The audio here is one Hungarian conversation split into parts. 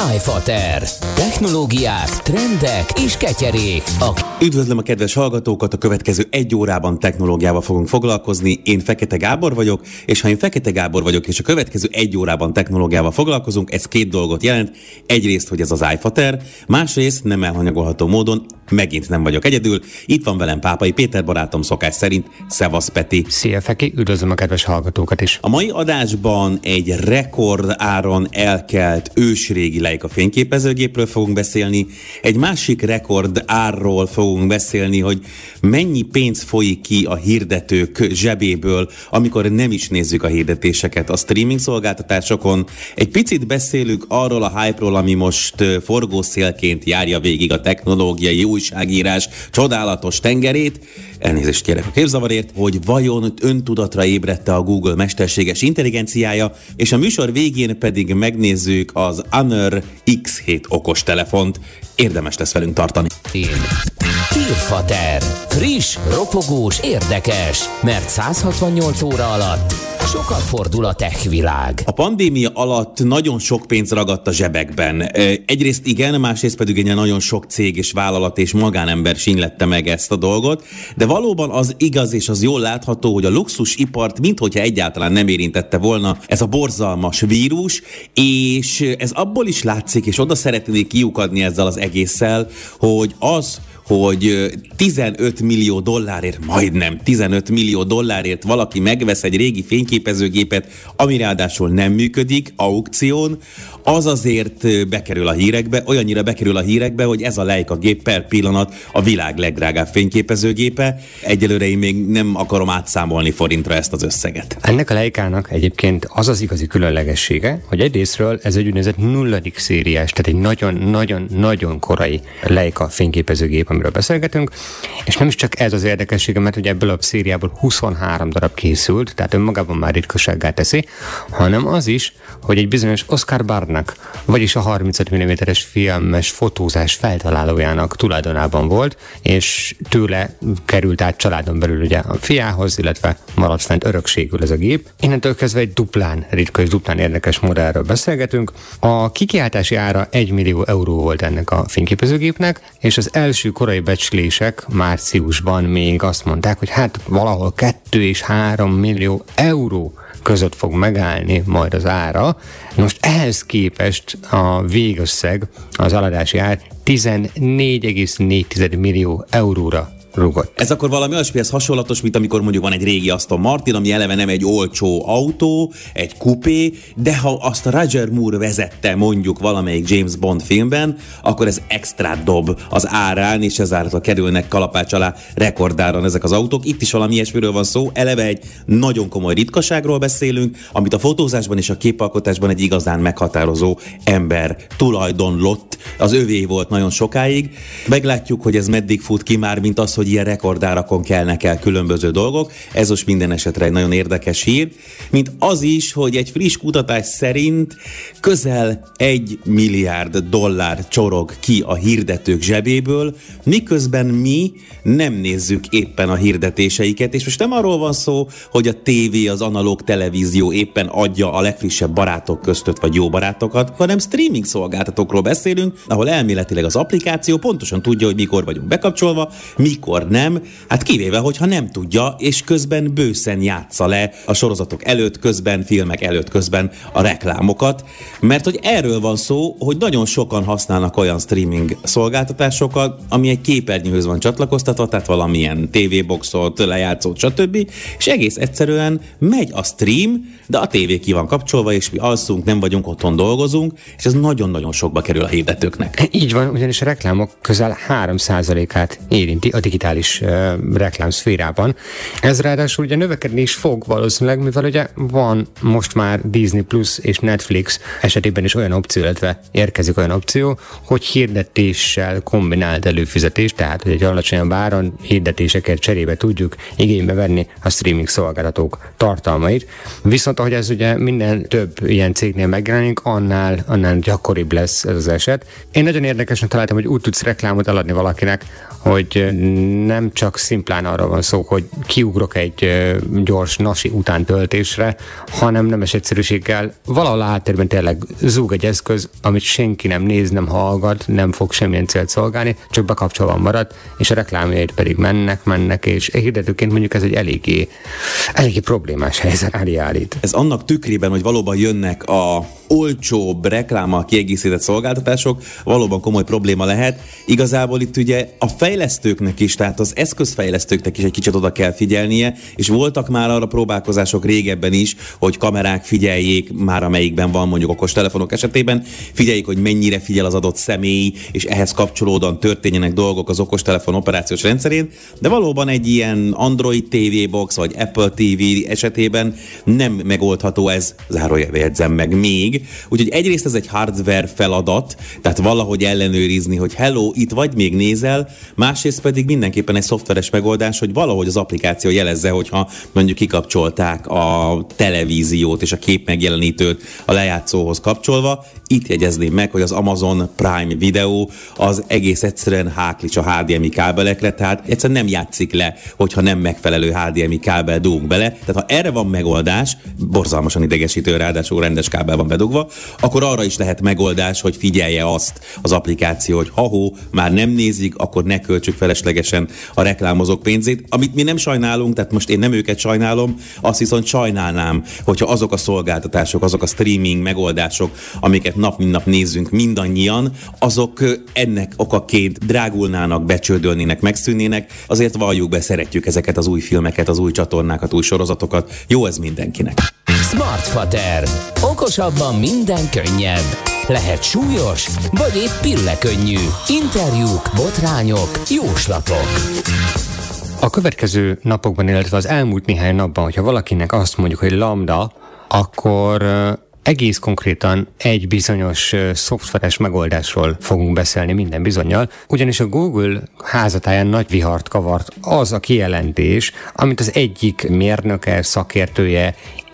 iFater. Technológiák, trendek és ketyerék. Üdvözlöm a kedves hallgatókat, a következő 1 órában technológiával fogunk foglalkozni. Én Fekete Gábor vagyok, és ha én Fekete Gábor vagyok, és a következő 1 órában technológiával foglalkozunk, ez 2 dolgot jelent. Egyrészt, hogy ez az iFater, másrészt nem elhanyagolható módon, megint nem vagyok egyedül. Itt van velem Pápai Péter barátom szokás szerint. Szevasz, Peti! Szia, Feki! Üdvözlöm a kedves hallgatókat is! A mai adásban egy rekord áron elkelt ősrégi Leica fényképezőgépről fogunk beszélni. Egy másik rekord árról fogunk beszélni, hogy mennyi pénz folyik ki a hirdetők zsebéből, amikor nem is nézzük a hirdetéseket a streaming szolgáltatásokon. Egy picit beszélünk arról a hype-ról, ami most forgószélként járja végig a technológiai újságírás csodálatos tengerét. Elnézést kérek a képzavarért, hogy vajon öntudatra ébredte a Google mesterséges intelligenciája, és a műsor végén pedig megnézzük az Honor X7 okostelefont. Érdemes lesz velünk tartani. iFater. Friss, ropogós, érdekes, mert 168 óra alatt sokat fordul a tech világ. A pandémia alatt nagyon sok pénz ragadt a zsebekben. Egyrészt igen, másrészt pedig egy nagyon sok cég és vállalat és magánember sínylette meg ezt a dolgot, de valóban az igaz és az jól látható, hogy a luxusipart minthogyha egyáltalán nem érintette volna ez a borzalmas vírus, és ez abból is látszik, és oda szeretnék kiukadni ezzel az egésszel, hogy 15 millió dollárért, majdnem 15 millió dollárért valaki megvesz egy régi fényképezőgépet, ami ráadásul nem működik aukción, az azért bekerül a hírekbe, olyannyira bekerül a hírekbe, hogy ez a Leica gép per pillanat a világ legdrágább fényképezőgépe. Egyelőre én még nem akarom átszámolni forintra ezt az összeget. Ennek a Leicának egyébként az az igazi különlegessége, hogy egyrésztről ez egy úgynevezett 0. szériás, tehát egy nagyon-nagyon-nagyon korai Leica fényképezőgép, amiről beszélgetünk, és nem is csak ez az érdekessége, mert ugye ebből a szériából 23 darab készült, tehát önmagában már ritkasággá teszi, hanem az is, hogy egy bizonyos Oscar Barnak, vagyis a 35 mm-es filmes fotózás feltalálójának tulajdonában volt, és tőle került át családon belül ugye a fiához, illetve maradt fent örökségül ez a gép. Innentől kezdve egy duplán ritka és duplán érdekes modellről beszélgetünk. A kikiáltási ára 1 millió euró volt ennek a fényképezőgépnek, és az első korai becslések márciusban még azt mondták, hogy hát valahol 2 és 3 millió euró között fog megállni majd az ára. Most ehhez képest a végösszeg, az eladási ár 14,4 millió euróra rúgott. Ez akkor valami olyasmihez hasonlatos, mint amikor mondjuk van egy régi Aston Martin, ami eleve nem egy olcsó autó, egy kupé, de ha azt a Roger Moore vezette mondjuk valamelyik James Bond filmben, akkor ez extrát dob az árán, és ezáltal kerülnek kalapács alá rekordáron ezek az autók. Itt is valami ilyesmiről van szó, eleve egy nagyon komoly ritkaságról beszélünk, amit a fotózásban és a képalkotásban egy igazán meghatározó ember tulajdonlott, az övé volt nagyon sokáig. Meglátjuk, hogy ez meddig fut ki már, mint az, hogy ilyen rekordárakon kelnek el különböző dolgok. Ez most minden esetre egy nagyon érdekes hír, mint az is, hogy egy friss kutatás szerint közel 1 milliárd dollár csorog ki a hirdetők zsebéből, miközben mi nem nézzük éppen a hirdetéseiket, és most nem arról van szó, hogy a tévé, az analóg televízió éppen adja a legfrissebb barátok között vagy jó barátokat, hanem streaming szolgáltatókról beszélünk, ahol elméletileg az applikáció pontosan tudja, hogy mikor vagyunk bekapcsolva, mikor nem, hát kivéve, hogyha nem tudja, és közben bőszen játsza le a sorozatok előtt, közben, filmek előtt, közben a reklámokat, mert hogy erről van szó, hogy nagyon sokan használnak olyan streaming szolgáltatásokat, ami egy képernyőhöz van csatlakoztatva, tehát valamilyen tévéboxot, lejátszót, stb. És egész egyszerűen megy a stream, de a tévé ki van kapcsolva, és mi alszunk, nem vagyunk otthon, dolgozunk, és ez nagyon-nagyon sokba kerül a hirdetőknek. Így van, ugyanis a reklámok közel 3%-át érinti a digitális reklámszférában. Ez ráadásul ugye növekedni is fog valószínűleg, mivel ugye van most már Disney Plus és Netflix esetében is olyan opció, illetve érkezik olyan opció, hogy hirdetéssel kombinált előfizetés, tehát hogy egy alacsonyabb áron hirdetéseket cserébe tudjuk igénybe venni a streaming szolgáltatók tartalmait. Viszont ahogy ez ugye minden több ilyen cégnél megjelenik, annál gyakoribb lesz ez az eset. Én nagyon érdekesnek találtam, hogy úgy tudsz reklámot eladni valakinek, hogy nem csak szimplán arra van szó, hogy kiugrok egy gyors nasi utántöltésre, hanem nemes egyszerűséggel valahol a háttérben tényleg zúg egy eszköz, amit senki nem néz, nem hallgat, nem fog semmilyen célt szolgálni, csak bekapcsolva marad, és a reklámjaid pedig mennek, és hirdetőként mondjuk ez egy eléggé problémás helyzet állít. Ez annak tükrében, hogy valóban jönnek a olcsóbb reklámmal kiegészített szolgáltatások, valóban komoly probléma lehet. Igazából itt ugye a fejlesztőknek is, tehát az eszközfejlesztőknek is egy kicsit oda kell figyelnie, és voltak már arra próbálkozások régebben is, hogy kamerák figyeljék, már amelyikben van mondjuk okostelefonok esetében, figyeljék, hogy mennyire figyel az adott személy, és ehhez kapcsolódóan történjenek dolgok az okostelefon operációs rendszerén, de valóban egy ilyen Android TV Box vagy Apple TV esetében nem megoldható ez, zárójelbe jegyzem meg még. Úgyhogy egyrészt ez egy hardware feladat, tehát valahogy ellenőrizni, hogy hello, itt vagy, még nézel, másrészt pedig mindenképpen egy szoftveres megoldás, hogy valahogy az applikáció jelezze, hogyha mondjuk kikapcsolták a televíziót és a képmegjelenítőt a lejátszóhoz kapcsolva. Itt jegyezném meg, hogy az Amazon Prime Video az egész egyszerűen háklics a HDMI kábelekre, tehát egyszerűen nem játszik le, hogyha nem megfelelő HDMI kábel dugunk bele. Tehát ha erre van megoldás, borzalmasan idegesítő, ráadásul rendes kábel van bedugva, akkor arra is lehet megoldás, hogy figyelje azt az applikáció, hogy ha-hó, már nem nézik, akkor ne költsük feleslegesen a reklámozók pénzét. Amit mi nem sajnálunk, tehát most én nem őket sajnálom, azt viszont sajnálnám, hogyha azok a szolgáltatások, azok a streaming megoldások, amiket nap mint nap nézzünk mindannyian, azok ennek okaként drágulnának, becsődölnének, megszűnnének. Azért valljuk be, szeretjük ezeket az új filmeket, az új csatornákat, új sorozatokat. Jó ez mindenkinek. Smartfater. Okosabban minden könnyebb. Lehet súlyos, vagy épp pillekönnyű. Interjúk, botrányok, jóslatok. A következő napokban, illetve az elmúlt néhány napban, hogyha valakinek azt mondjuk, hogy Lambda, akkor egész konkrétan egy bizonyos szoftveres megoldásról fogunk beszélni minden bizonnyal, ugyanis a Google házatáján nagy vihart kavart az a kijelentés, amit az egyik mérnöke, szakértője,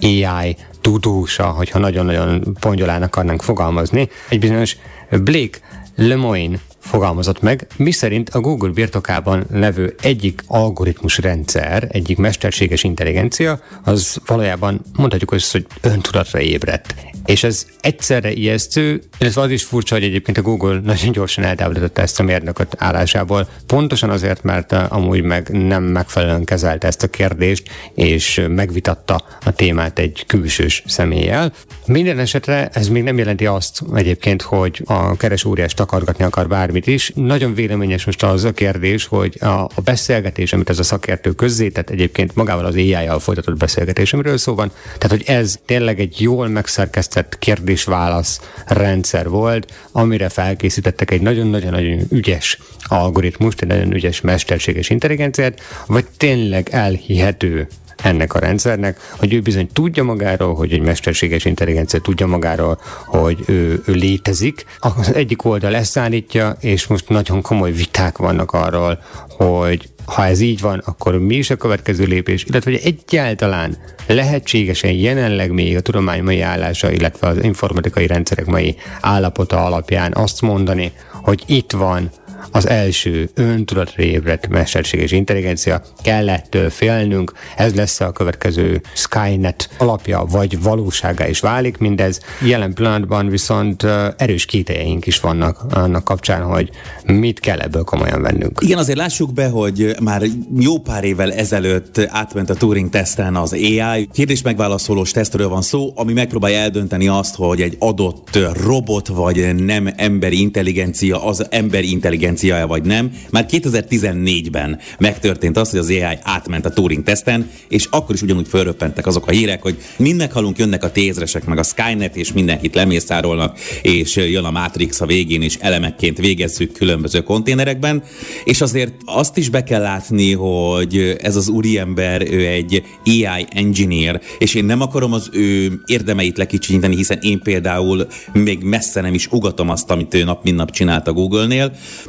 AI tudósa, hogyha nagyon-nagyon pongyolán akarnánk fogalmazni, egy bizonyos Blake Lemoine fogalmazott meg, miszerint a Google birtokában levő egyik algoritmus rendszer, egyik mesterséges intelligencia, az valójában mondhatjuk azt, hogy öntudatra ébredt. És ez egyszerre ijesztő, illetve az is furcsa, hogy egyébként a Google nagyon gyorsan eltávolította ezt a mérnököt állásából, pontosan azért, mert amúgy meg nem megfelelően kezelte ezt a kérdést, és megvitatta a témát egy külsős személlyel. Minden esetre ez még nem jelenti azt egyébként, hogy a keresőóriás takargatni akar bármit is. Nagyon véleményes most az a kérdés, hogy a beszélgetés, amit ez a szakértő közzétett, egyébként magával az AI-jal folytatott beszélgetés, amiről szó van, tehát hogy ez tényleg egy jól megszerkesztett kérdés-válasz rendszer volt, amire felkészítettek egy nagyon-nagyon ügyes algoritmust, egy nagyon ügyes mesterséges intelligenciát, vagy tényleg elhihető ennek a rendszernek, hogy ő bizony tudja magáról, hogy egy mesterséges intelligencia tudja magáról, hogy ő létezik. Az egyik oldal ezt állítja, és most nagyon komoly viták vannak arról, hogy ha ez így van, akkor mi is a következő lépés, illetve hogy egyáltalán lehetségesen jelenleg még a tudomány mai állása, illetve az informatikai rendszerek mai állapota alapján azt mondani, hogy itt van az első öntudatra ébredt mesterséges intelligencia, kell ettől félnünk, ez lesz a következő Skynet alapja, vagy valóságá is válik mindez. Jelen pillanatban viszont erős kételjeink is vannak annak kapcsán, hogy mit kell ebből komolyan vennünk. Igen, azért lássuk be, hogy már jó pár évvel ezelőtt átment a Turing-teszten az AI. Kérdés-megválaszolós tesztről van szó, ami megpróbálja eldönteni azt, hogy egy adott robot vagy nem emberi intelligencia az emberi intelligenciája vagy nem. Már 2014-ben megtörtént az, hogy az AI átment a Turing-teszten, és akkor is ugyanúgy fölröppentek azok a hírek, hogy mind meghalunk, jönnek a T-1000-esek, meg a Skynet, és mindenkit lemészárolnak, és jön a Matrix a végén, és elemekként végezzük különböző konténerekben. És azért azt is be kell látni, hogy ez az úriember, ő egy AI engineer, és én nem akarom az ő érdemeit lekicsinyíteni, hiszen én például még messze nem is ugatom azt, amit ő nap mint nap csinált a Google-nél,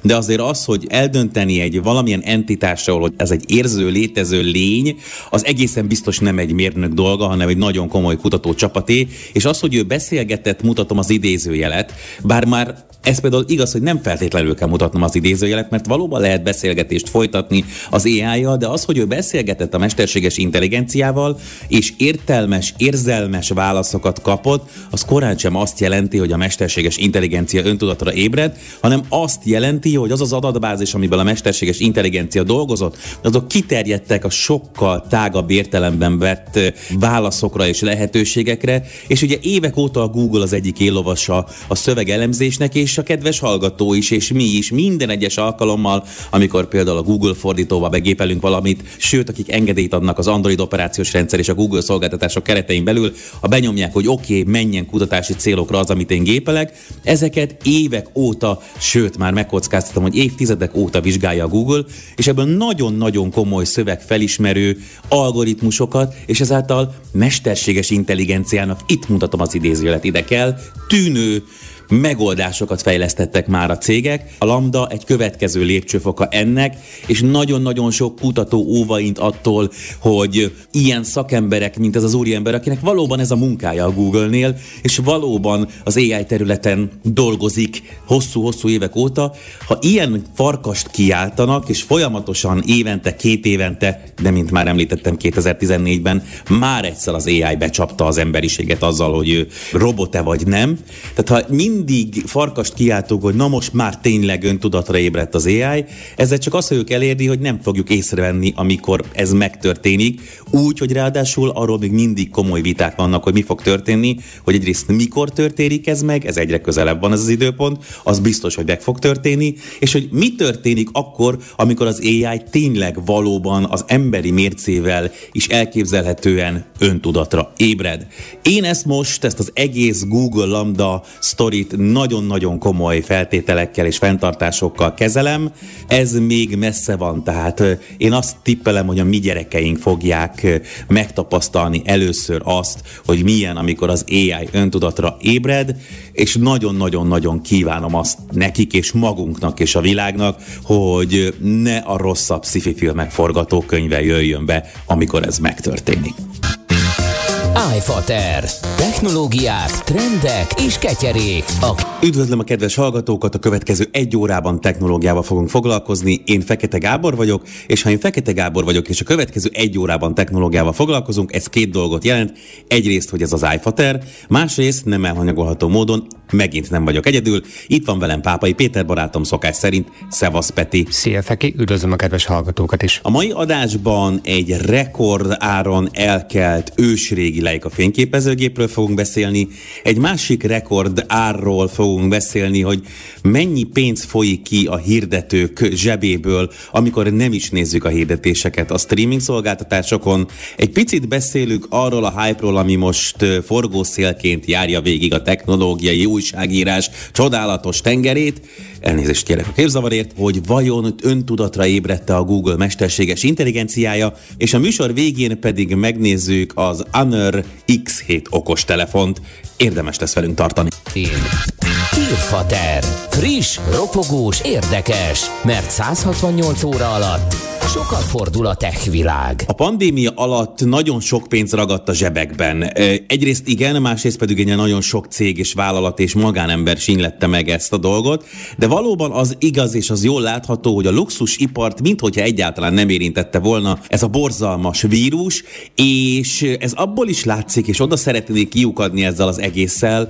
de azért az, hogy eldönteni egy valamilyen entitásról, hogy ez egy érző, létező lény, az egészen biztos nem egy mérnök dolga, hanem egy nagyon komoly kutatócsapaté, és az, hogy ő beszélgetett, mutatom az idézőjelet, bár már ez például igaz, hogy nem feltétlenül kell mutatnom az idézőjelet, mert valóban lehet beszélgetést folytatni az AI-jal, de az, hogy ő beszélgetett a mesterséges intelligenciával, és értelmes, érzelmes válaszokat kapott, az korán sem azt jelenti, hogy a mesterséges intelligencia öntudatra ébred, hanem azt jelenti, hogy az az adatbázis, amiből a mesterséges intelligencia dolgozott, azok kiterjedtek a sokkal tágabb értelemben vett válaszokra és lehetőségekre, és ugye évek óta a Google az egyik éllovasa a szövegelemzésnek, és a kedves hallgató is, és mi is minden egyes alkalommal, amikor például a Google fordítóval begépelünk valamit, sőt, akik engedélyt adnak az Android operációs rendszer és a Google szolgáltatások keretein belül, ha benyomják, hogy oké, menjen kutatási célokra az, amit én gépelek, ezeket évek óta, sőt, már megkockáztatom, hogy évtizedek óta vizsgálja a Google, és ebből nagyon-nagyon komoly szövegfelismerő algoritmusokat, és ezáltal mesterséges intelligenciának, itt mutatom az idézőjelet, ide kell, tűnő megoldásokat fejlesztettek már a cégek. A Lambda egy következő lépcsőfoka ennek, és nagyon-nagyon sok kutató óvaint attól, hogy ilyen szakemberek, mint ez az úriember, akinek valóban ez a munkája a Google-nél, és valóban az AI területen dolgozik hosszú-hosszú évek óta, ha ilyen farkast kiáltanak, és folyamatosan évente, 2 évente, de mint már említettem 2014-ben, már egyszer az AI becsapta az emberiséget azzal, hogy ő robot-e vagy nem. Tehát ha mindig farkast kiáltók, hogy na most már tényleg öntudatra ébredt az AI, ezzel csak azt fogjuk elérni, hogy nem fogjuk észrevenni, amikor ez megtörténik, úgy, hogy ráadásul arról még mindig komoly viták vannak, hogy mi fog történni, hogy egyrészt mikor történik ez meg, ez egyre közelebb van ez az időpont, az biztos, hogy meg fog történni, és hogy mi történik akkor, amikor az AI tényleg valóban az emberi mércével is elképzelhetően öntudatra ébred. Én ezt az egész Google Lambda sztorit nagyon-nagyon komoly feltételekkel és fenntartásokkal kezelem. Ez még messze van, tehát én azt tippelem, hogy a mi gyerekeink fogják megtapasztalni először azt, hogy milyen, amikor az AI öntudatra ébred, és nagyon-nagyon-nagyon kívánom azt nekik és magunknak és a világnak, hogy ne a rosszabb sci-fi filmek forgatókönyve jöjjön be, amikor ez megtörténik. iFater. Technológiák, trendek és ketyerék. Üdvözlöm a kedves hallgatókat, a következő 1 órában technológiával fogunk foglalkozni. Én Fekete Gábor vagyok, és ha én Fekete Gábor vagyok, és a következő 1 órában technológiával foglalkozunk, ez 2 dolgot jelent. Egyrészt, hogy ez az iFater, másrészt nem elhanyagolható módon, megint nem vagyok egyedül. Itt van velem Pápai Péter barátom szokás szerint. Szevasz, Peti! Szia, Feki! Üdvözlöm a kedves hallgatókat is! A mai adásban egy rekord áron elkelt ősrégi Leica fényképezőgépről fogunk beszélni, egy másik rekord árról fogunk beszélni, hogy mennyi pénz folyik ki a hirdetők zsebéből, amikor nem is nézzük a hirdetéseket a streaming szolgáltatásokon. Egy picit beszélünk arról a hype-ról, ami most forgószélként járja végig a technológiai újságírás csodálatos tengerét. Elnézést kérek a képzavarért, hogy vajon öntudatra ébredte a Google mesterséges intelligenciája, és a műsor végén pedig megnézzük az Honor X7 okostelefont. Érdemes lesz velünk tartani. Hírfater. Friss, ropogós, érdekes, mert 168 óra alatt sokat fordul a tech világ. A pandémia alatt nagyon sok pénz ragadt a zsebekben. Egyrészt igen, másrészt pedig ugye nagyon sok cég és vállalat és magánember sínylette meg ezt a dolgot, de valóban az igaz és az jól látható, hogy a luxusipart minthogyha egyáltalán nem érintette volna ez a borzalmas vírus, és ez abból is látszik, és oda szeretnék kiukadni ezzel az egésszel,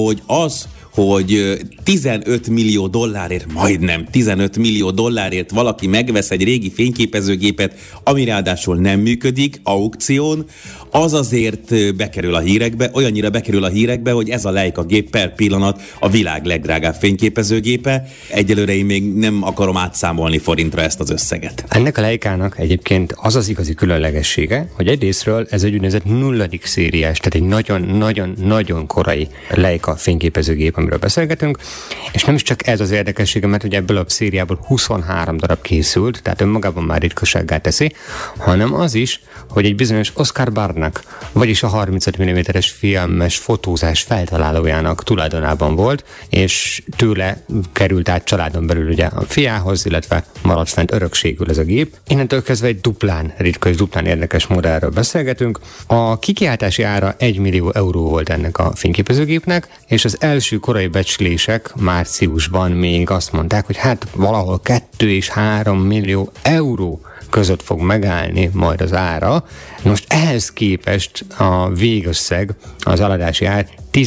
hogy 15 millió dollárért, majdnem 15 millió dollárért valaki megvesz egy régi fényképezőgépet, ami ráadásul nem működik, aukción, az azért bekerül a hírekbe, olyannyira bekerül a hírekbe, hogy ez a Leica gép per pillanat a világ legdrágább fényképezőgépe. Egyelőre én még nem akarom átszámolni forintra ezt az összeget. Ennek a Leica-nak egyébként az az igazi különlegessége, hogy egyrészről ez egy úgynevezett 0. szériás, tehát egy nagyon-nagyon-nagyon korai Leica fényképezőgép, amiről beszélgetünk, és nem is csak ez az érdekessége, mert ugye ebből a szériából 23 darab készült, tehát önmagában már ritkasággá teszi, hanem az is, hogy egy bizonyos Oscar Barnard Schumachernek, vagyis a 35 mm-es filmes fotózás feltalálójának tulajdonában volt, és tőle került át családon belül ugye a fiához, illetve maradt fent örökségül ez a gép. Innentől kezdve egy duplán ritka és duplán érdekes modellről beszélgetünk. A kikiáltási ára 1 millió euró volt ennek a fényképezőgépnek, és az első korai becslések márciusban még azt mondták, hogy hát valahol 2 és 3 millió euró között fog megállni majd az ára. Most ehhez képest a végösszeg, az eladási ár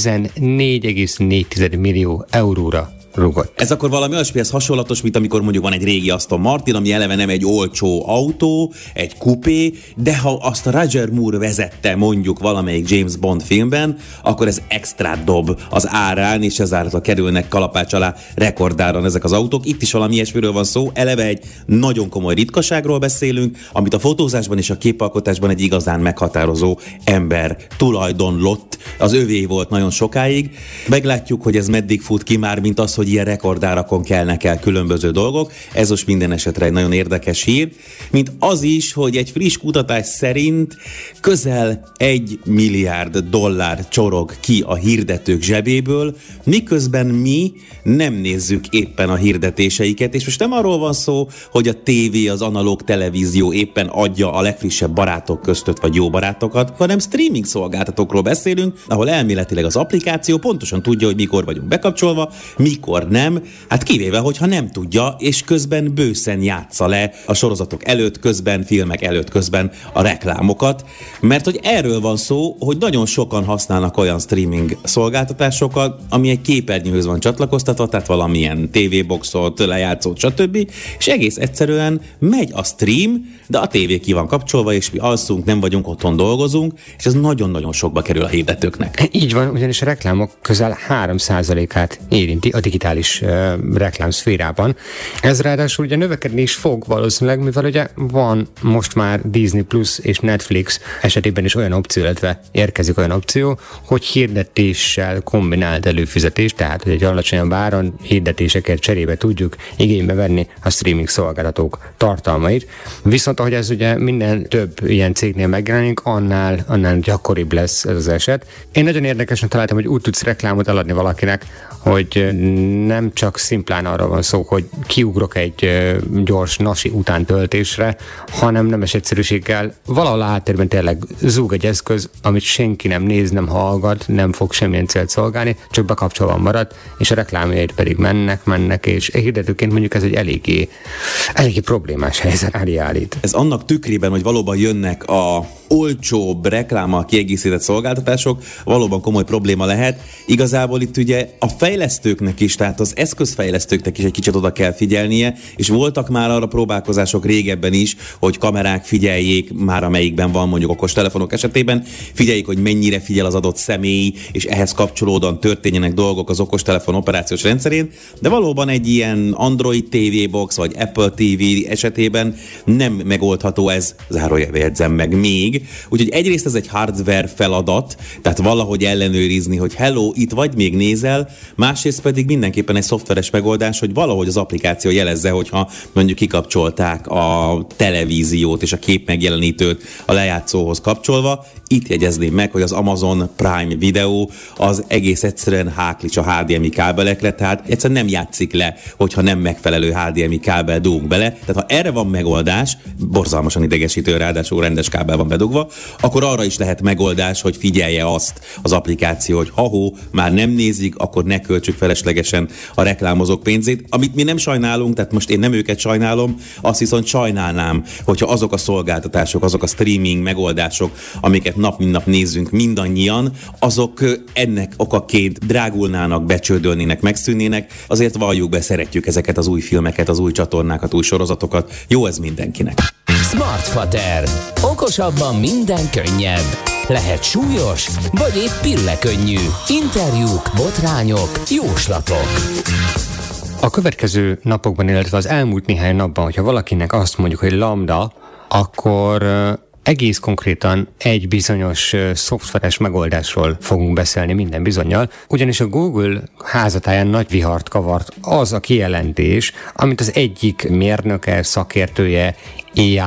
14,4 millió euróra rugott. Ez akkor valami olyasmihez hasonlatos, mint amikor mondjuk van egy régi Aston Martin, ami eleve nem egy olcsó autó, egy kupé, de ha azt a Roger Moore vezette mondjuk valamelyik James Bond filmben, akkor ez extrát dob az árán, és ezáltal kerülnek kalapács alá rekordáron ezek az autók. Itt is valami ilyesmiről van szó, eleve egy nagyon komoly ritkaságról beszélünk, amit a fotózásban és a képalkotásban egy igazán meghatározó ember tulajdonlott, az övé volt nagyon sokáig. Meglátjuk, hogy ez meddig fut ki már, mint az, hogy ilyen rekordárakon kelnek el különböző dolgok. Ez most minden esetre egy nagyon érdekes hír, mint az is, hogy egy friss kutatás szerint közel 1 milliárd dollár csorog ki a hirdetők zsebéből, miközben mi nem nézzük éppen a hirdetéseiket, és most nem arról van szó, hogy a tévé, az analóg televízió éppen adja a legfrissebb barátok között vagy jó barátokat, hanem streaming szolgáltatókról beszélünk, ahol elméletileg az applikáció pontosan tudja, hogy mikor vagyunk bekapcsolva, mikor nem, hát kivéve, hogyha nem tudja, és közben bőszen játsza le a sorozatok előtt, közben, filmek előtt, közben a reklámokat, mert hogy erről van szó, hogy nagyon sokan használnak olyan streaming szolgáltatásokat, ami egy képernyőhöz van csatlakoztatva, tehát valamilyen TV-boxot, lejátszót, stb. És egész egyszerűen megy a stream, de a tévé ki van kapcsolva, és mi alszunk, nem vagyunk otthon, dolgozunk, és ez nagyon-nagyon sokba kerül a hirdetőknek. Így van, ugyanis a reklámok közel 3%-át érinti a digitális reklámszférában. Ez ráadásul ugye növekedni is fog valószínűleg, mivel ugye van most már Disney Plus és Netflix esetében is olyan opció, illetve érkezik olyan opció, hogy hirdetéssel kombinált előfizetés, tehát hogy egy alacsonyabb áron hirdetésekért cserébe tudjuk igénybe venni a streaming szolgáltatók tartalmait. Viszont ahogy ez ugye minden több ilyen cégnél megjelenik, annál gyakoribb lesz ez az eset. Én nagyon érdekesen találtam, hogy úgy tudsz reklámot eladni valakinek, hogy nem csak szimplán arra van szó, hogy kiugrok egy gyors nasi utántöltésre, hanem nemes egyszerűséggel valahol a háttérben tényleg zúg egy eszköz, amit senki nem néz, nem hallgat, nem fog semmilyen célt szolgálni, csak bekapcsolva marad, és a reklámjait pedig mennek, és hirdetőként mondjuk ez egy eléggé problémás helyzet állít. Ez annak tükrében, hogy valóban jönnek a olcsóbb reklámmal kiegészített szolgáltatások, valóban komoly probléma lehet. Igazából itt ugye a fejlesztőknek is, tehát az eszközfejlesztőknek is egy kicsit oda kell figyelnie, és voltak már arra próbálkozások régebben is, hogy kamerák figyeljék, már amelyikben van mondjuk okostelefonok esetében, figyeljék, hogy mennyire figyel az adott személy, és ehhez kapcsolódóan történjenek dolgok az okostelefon operációs rendszerén, de valóban egy ilyen Android TV box vagy Apple TV esetében nem megoldható ez, zárójelbe jegyzem meg még. Úgyhogy egyrészt ez egy hardware feladat, tehát valahogy ellenőrizni, hogy hello, itt vagy, még nézel, másrészt pedig mindenképpen egy szoftveres megoldás, hogy valahogy az applikáció jelezze, hogyha mondjuk kikapcsolták a televíziót és a képmegjelenítőt a lejátszóhoz kapcsolva. Itt jegyezném meg, hogy az Amazon Prime Video az egész egyszerűen háklics a HDMI kábelekre, tehát egyszerűen nem játszik le, hogyha nem megfelelő HDMI kábel dugunk bele. Tehát ha erre van megoldás, borzalmasan idegesítő, ráadásul rendes kábel van bedugva, akkor arra is lehet megoldás, hogy figyelje azt az applikáció, hogy ha-hó, már nem nézik, akkor ne költsük feleslegesen a reklámozók pénzét, amit mi nem sajnálunk, tehát most én nem őket sajnálom, azt viszont sajnálnám, hogyha azok a szolgáltatások, azok a streaming megoldások, amiket nap mint nap nézzünk mindannyian, azok ennek okaként drágulnának, becsődölnének, megszűnnének. Azért valljuk be, szeretjük ezeket az új filmeket, az új csatornákat, új sorozatokat. Jó ez mindenkinek. Smartfater. Okosabban minden könnyebb. Lehet súlyos, vagy épp pillekönnyű. Interjúk, botrányok, jóslatok. A következő napokban, illetve az elmúlt néhány napban, hogyha valakinek azt mondjuk, hogy lambda, akkor egész konkrétan egy bizonyos szoftveres megoldásról fogunk beszélni minden bizonnyal, ugyanis a Google házatáján nagy vihart kavart az a kijelentés, amit az egyik mérnöke, szakértője, AI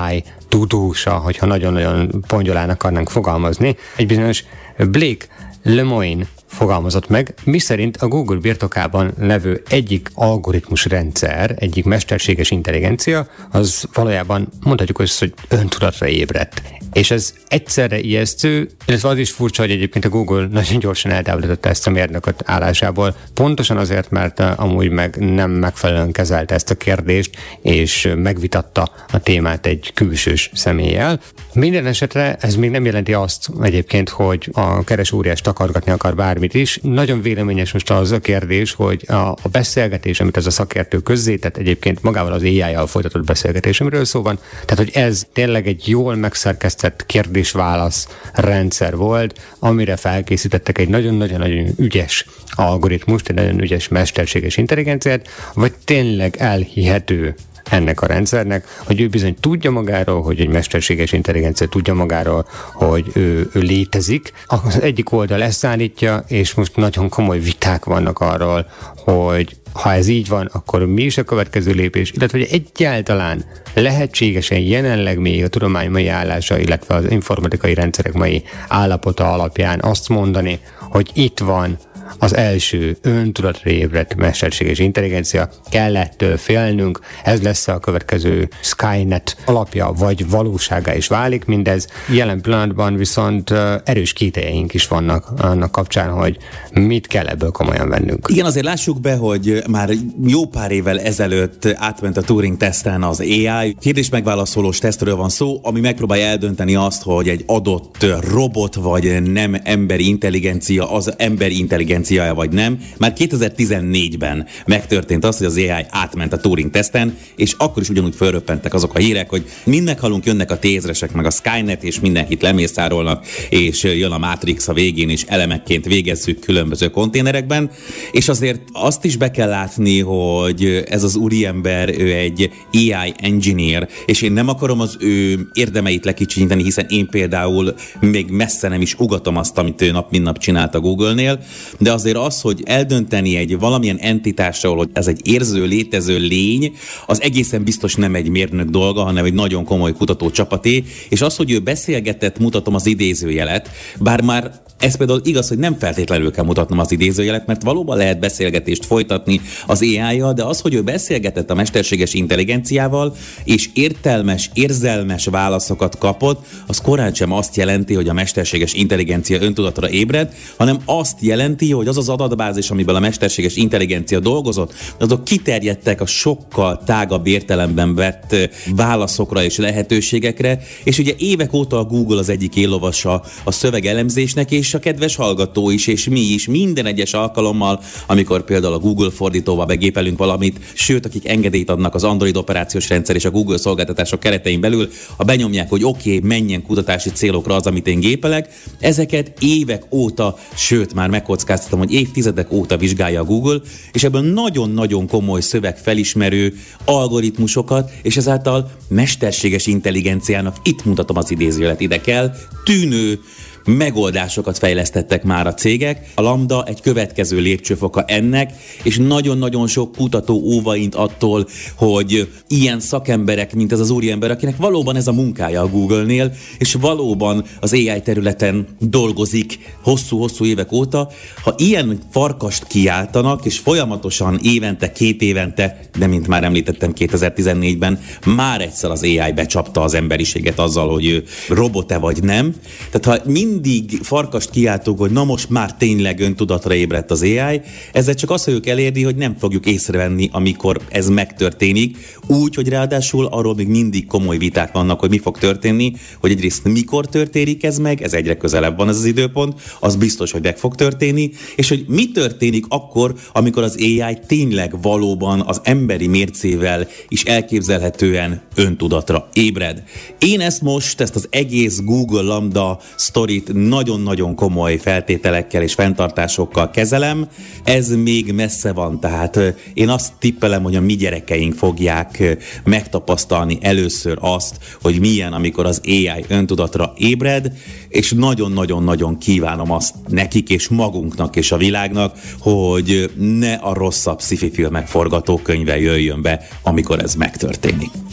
tudósa, hogyha nagyon-nagyon pongyolán akarnánk fogalmazni. Egy bizonyos Blake Lemoine fogalmazott meg, miszerint a Google birtokában levő egyik algoritmusrendszer, egyik mesterséges intelligencia, az valójában mondhatjuk, hogy öntudatra ébredt. És ez egyszerre ijesztő, illetve az is furcsa, hogy egyébként a Google nagyon gyorsan eltávolította ezt a mérnököt állásából, pontosan azért, mert amúgy meg nem megfelelően kezelte ezt a kérdést, és megvitatta a témát egy külsős személlyel. Minden esetre ez még nem jelenti azt egyébként, hogy a kereső óriás takargatni akar bármit is. Nagyon véleményes most az a kérdés, hogy a beszélgetés, amit ez a szakértő közzétett, egyébként magával az AI-jal folytatott beszélgetés, amiről szó van, tehát hogy ez tényleg egy jól megszerkesztett kérdés-válasz rendszer volt, amire felkészítettek egy nagyon-nagyon ügyes algoritmust, egy nagyon ügyes mesterséges intelligenciát, vagy tényleg elhihető ennek a rendszernek, hogy ő bizony tudja magáról, hogy egy mesterséges intelligencia tudja magáról, hogy ő létezik. Az egyik oldal ezt állítja, és most nagyon komoly viták vannak arról, hogy ha ez így van, akkor mi is a következő lépés, illetve hogy egyáltalán lehetségesen jelenleg még a tudomány mai állása, illetve az informatikai rendszerek mai állapota alapján azt mondani, hogy itt van az első öntudatra ébredt mesterséges intelligencia, kell ettől félnünk, ez lesz a következő Skynet alapja, vagy valóságá is válik mindez. Jelen pillanatban viszont erős kételjeink is vannak annak kapcsán, hogy mit kell ebből komolyan vennünk. Igen, azért lássuk be, hogy már jó pár évvel ezelőtt átment a Turing-teszten az AI. Kérdés megválaszolós tesztről van szó, ami megpróbálja eldönteni azt, hogy egy adott robot vagy nem emberi intelligencia az emberi intelligencia vagy nem. Már 2014-ben megtörtént az, hogy az AI átment a Turing-teszten, és akkor is ugyanúgy fölröppentek azok a hírek, hogy mind meghalunk, jönnek a T-1000-esek, meg a Skynet, és mindenkit lemészárolnak, és jön a Matrix a végén, és elemekként végezzük különböző konténerekben. És azért azt is be kell látni, hogy ez az úriember, ő egy AI engineer, és én nem akarom az ő érdemeit lekicsinyíteni, hiszen én például még messze nem is ugatom azt, amit ő nap mint nap csinált a Google-nél, de azért az, hogy eldönteni egy valamilyen entitásról, hogy ez egy érző, létező lény, az egészen biztos nem egy mérnök dolga, hanem egy nagyon komoly kutatócsapaté, és az, hogy ő beszélgetett, mutatom az idézőjelet, bár már ez például igaz, hogy nem feltétlenül kell mutatnom az idézőjelet, mert valóban lehet beszélgetést folytatni az AI-jal, de az, hogy ő beszélgetett a mesterséges intelligenciával, és értelmes, érzelmes válaszokat kapott, az korán sem azt jelenti, hogy a mesterséges intelligencia öntudatra ébred, hanem azt jelenti, hogy az az adatbázis, amiben a mesterséges intelligencia dolgozott, azok kiterjedtek a sokkal tágabb értelemben vett válaszokra és lehetőségekre, és ugye évek óta a Google az egyik éllovasa a szövegelemzésnek, és a kedves hallgató is, és mi is minden egyes alkalommal, amikor például a Google fordítóval begépelünk valamit, sőt, akik engedélyt adnak az Android operációs rendszer és a Google szolgáltatások keretein belül, ha benyomják, hogy oké, menjen kutatási célokra az, amit én gépelek, ezeket évek óta, sőt, már megkockáztatom, hogy évtizedek óta vizsgálja a Google, és ebből nagyon-nagyon komoly szövegfelismerő algoritmusokat, és ezáltal mesterséges intelligenciának, itt mutatom az idézőjelet, ide kell, tűnő megoldásokat fejlesztettek már a cégek. A Lambda egy következő lépcsőfoka ennek, és nagyon-nagyon sok kutató óvaint attól, hogy ilyen szakemberek, mint ez az úriember, akinek valóban ez a munkája a Google-nél, és valóban az AI területen dolgozik hosszú-hosszú évek óta, ha ilyen farkast kiáltanak, és folyamatosan évente, 2 évente, de mint már említettem 2014-ben, már egyszer az AI becsapta az emberiséget azzal, hogy ő robot-e vagy nem. Tehát ha mindig farkast kiáltunk, hogy na most már tényleg öntudatra ébredt az AI, ezzel csak azt fogjuk elérni, hogy nem fogjuk észrevenni, amikor ez megtörténik, úgy, hogy ráadásul arról még mindig komoly viták vannak, hogy mi fog történni, hogy egyrészt mikor történik ez meg, ez egyre közelebb van ez az időpont, az biztos, hogy meg fog történni, és hogy mi történik akkor, amikor az AI tényleg valóban az emberi mércével is elképzelhetően öntudatra ébred. Én ezt az egész Google Lambda sztorit nagyon-nagyon komoly feltételekkel és fenntartásokkal kezelem. Ez még messze van, tehát én azt tippelem, hogy a mi gyerekeink fogják megtapasztalni először azt, hogy milyen, amikor az AI öntudatra ébred, és nagyon-nagyon-nagyon kívánom azt nekik és magunknak és a világnak, hogy ne a rosszabb sci-fi filmek forgatókönyve jöjjön be, amikor ez megtörténik.